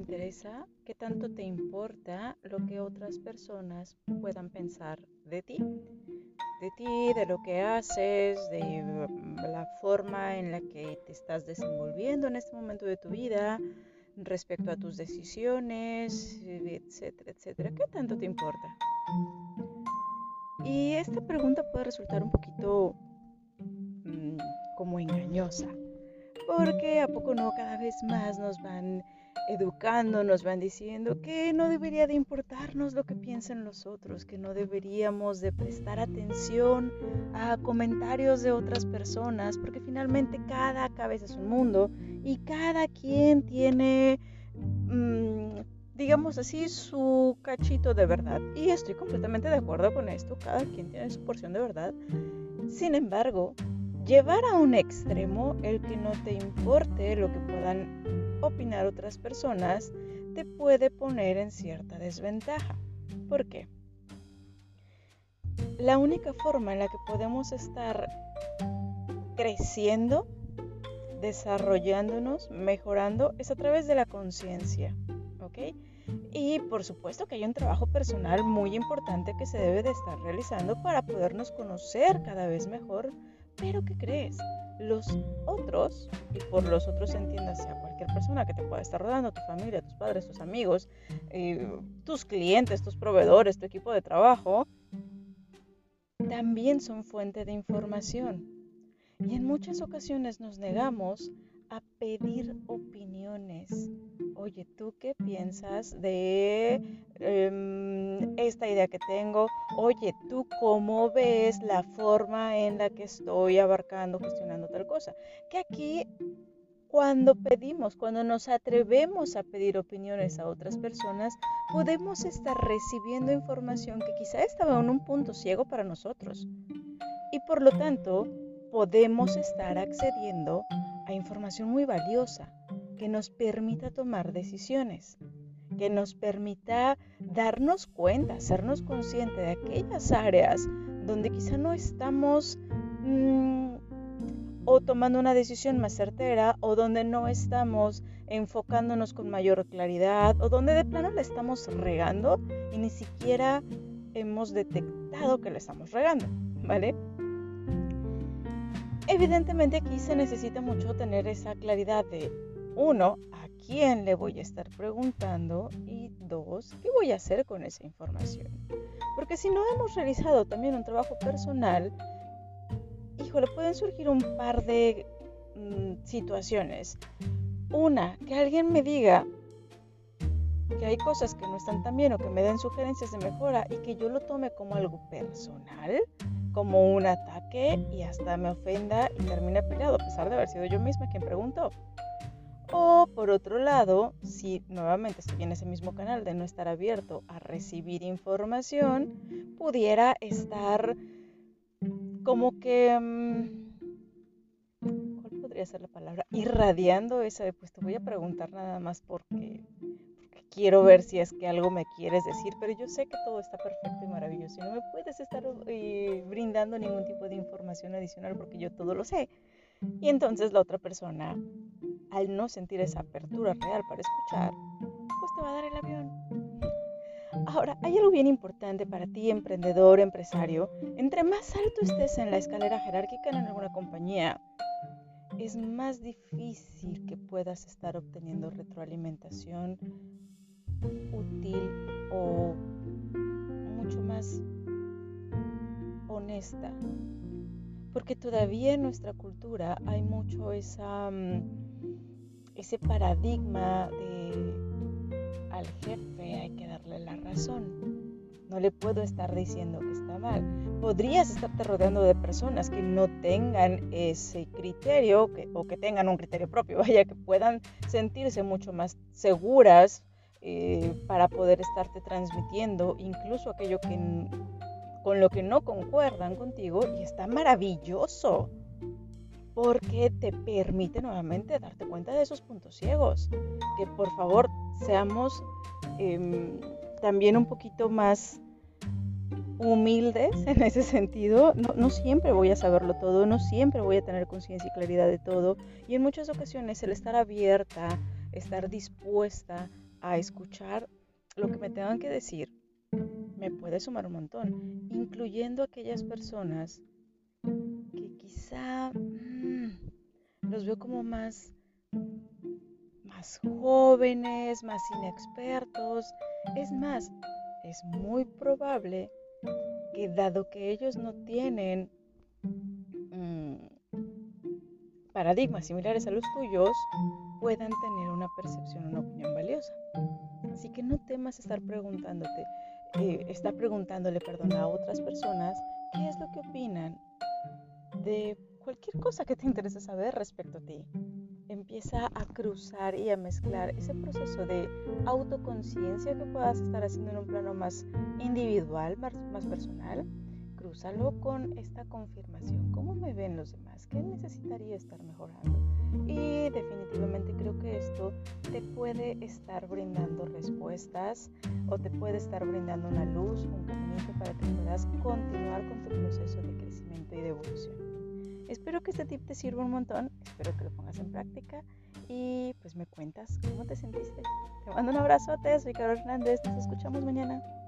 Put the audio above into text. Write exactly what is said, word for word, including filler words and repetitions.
interesa? ¿Qué tanto te importa lo que otras personas puedan pensar de ti? De ti, de lo que haces, de mm, la forma en la que te estás desenvolviendo en este momento de tu vida, respecto a tus decisiones, etcétera, etcétera. ¿Qué tanto te importa? Y esta pregunta puede resultar un poquito mmm, como engañosa, porque a poco no cada vez más nos van educando, nos van diciendo que no debería de importarnos lo que piensan los otros, que no deberíamos de prestar atención a comentarios de otras personas, porque finalmente cada cabeza es un mundo y cada quien tiene, mmm, digamos así, su cachito de verdad. Y estoy completamente de acuerdo con esto, cada quien tiene su porción de verdad. Sin embargo, llevar a un extremo el que no te importe lo que puedan opinar otras personas te puede poner en cierta desventaja. ¿Por qué? La única forma en la que podemos estar creciendo, desarrollándonos, mejorando, es a través de la conciencia, ¿ok? Y por supuesto que hay un trabajo personal muy importante que se debe de estar realizando para podernos conocer cada vez mejor. Pero ¿qué crees? Los otros, y por los otros entiéndase a cualquier persona que te pueda estar rodeando, tu familia, tus padres, tus amigos, eh, tus clientes, tus proveedores, tu equipo de trabajo, también son fuente de información. Y en muchas ocasiones nos negamos a pedir opiniones. Oye, ¿tú qué piensas de eh, esta idea que tengo? Oye, ¿tú cómo ves la forma en la que estoy abarcando, gestionando tal cosa? Que aquí, cuando pedimos, cuando nos atrevemos a pedir opiniones a otras personas, podemos estar recibiendo información que quizá estaba en un punto ciego para nosotros. Y por lo tanto, podemos estar accediendo a información muy valiosa que nos permita tomar decisiones, que nos permita darnos cuenta, hacernos conscientes de aquellas áreas donde quizá no estamos mmm, o tomando una decisión más certera, o donde no estamos enfocándonos con mayor claridad, o donde de plano la estamos regando y ni siquiera hemos detectado que la estamos regando, ¿vale? Evidentemente aquí se necesita mucho tener esa claridad de, uno, a quién le voy a estar preguntando, y dos, qué voy a hacer con esa información. Porque si no hemos realizado también un trabajo personal, híjole, pueden surgir un par de mmm, situaciones. Una, que alguien me diga que hay cosas que no están tan bien o que me den sugerencias de mejora y que yo lo tome como algo personal, como un ataque, y hasta me ofenda y termine peleado a pesar de haber sido yo misma quien preguntó. O por otro lado, si nuevamente estoy en ese mismo canal de no estar abierto a recibir información, pudiera estar como que, ¿cuál podría ser la palabra? Irradiando esa de, pues te voy a preguntar nada más porque, porque quiero ver si es que algo me quieres decir, pero yo sé que todo está perfecto y maravilloso y no me puedes estar eh, brindando ningún tipo de información adicional porque yo todo lo sé. Y entonces la otra persona, al no sentir esa apertura real para escuchar, pues te va a dar el avión. Ahora, hay algo bien importante para ti, emprendedor, empresario. Entre más alto estés en la escalera jerárquica en alguna compañía, es más difícil que puedas estar obteniendo retroalimentación útil o mucho más honesta. Porque todavía en nuestra cultura hay mucho esa, ese paradigma de al jefe hay que darle la razón. No le puedo estar diciendo que está mal. Podrías estarte rodeando de personas que no tengan ese criterio que, o que tengan un criterio propio, vaya, que puedan sentirse mucho más seguras eh, para poder estarte transmitiendo incluso aquello que, con lo que no concuerdan contigo, y está maravilloso porque te permite nuevamente darte cuenta de esos puntos ciegos. Que por favor seamos eh, también un poquito más humildes en ese sentido. No, no siempre voy a saberlo todo, no siempre voy a tener conciencia y claridad de todo, y en muchas ocasiones el estar abierta, estar dispuesta a escuchar lo que me tengan que decir, me puede sumar un montón, incluyendo aquellas personas que quizá mmm, los veo como más, más jóvenes, más inexpertos. Es más, es muy probable que dado que ellos no tienen mmm, paradigmas similares a los tuyos, puedan tener una percepción, una opinión valiosa. Así que no temas estar preguntándote, eh, estar preguntándole, perdón, a otras personas qué es lo que opinan de cualquier cosa que te interese saber respecto a ti. Empieza a cruzar y a mezclar ese proceso de autoconciencia que puedas estar haciendo en un plano más individual, más, más personal. Crúzalo con esta confirmación. ¿Cómo me ven los demás? ¿Qué necesitaría estar mejorando? Y definitivamente creo que esto te puede estar brindando respuestas o te puede estar brindando una luz, un caminito para que puedas continuar con tu proceso de crecimiento y de evolución. Espero que este tip te sirva un montón, espero que lo pongas en práctica y pues me cuentas cómo te sentiste. Te mando un abrazote, soy Carol Hernández, nos escuchamos mañana.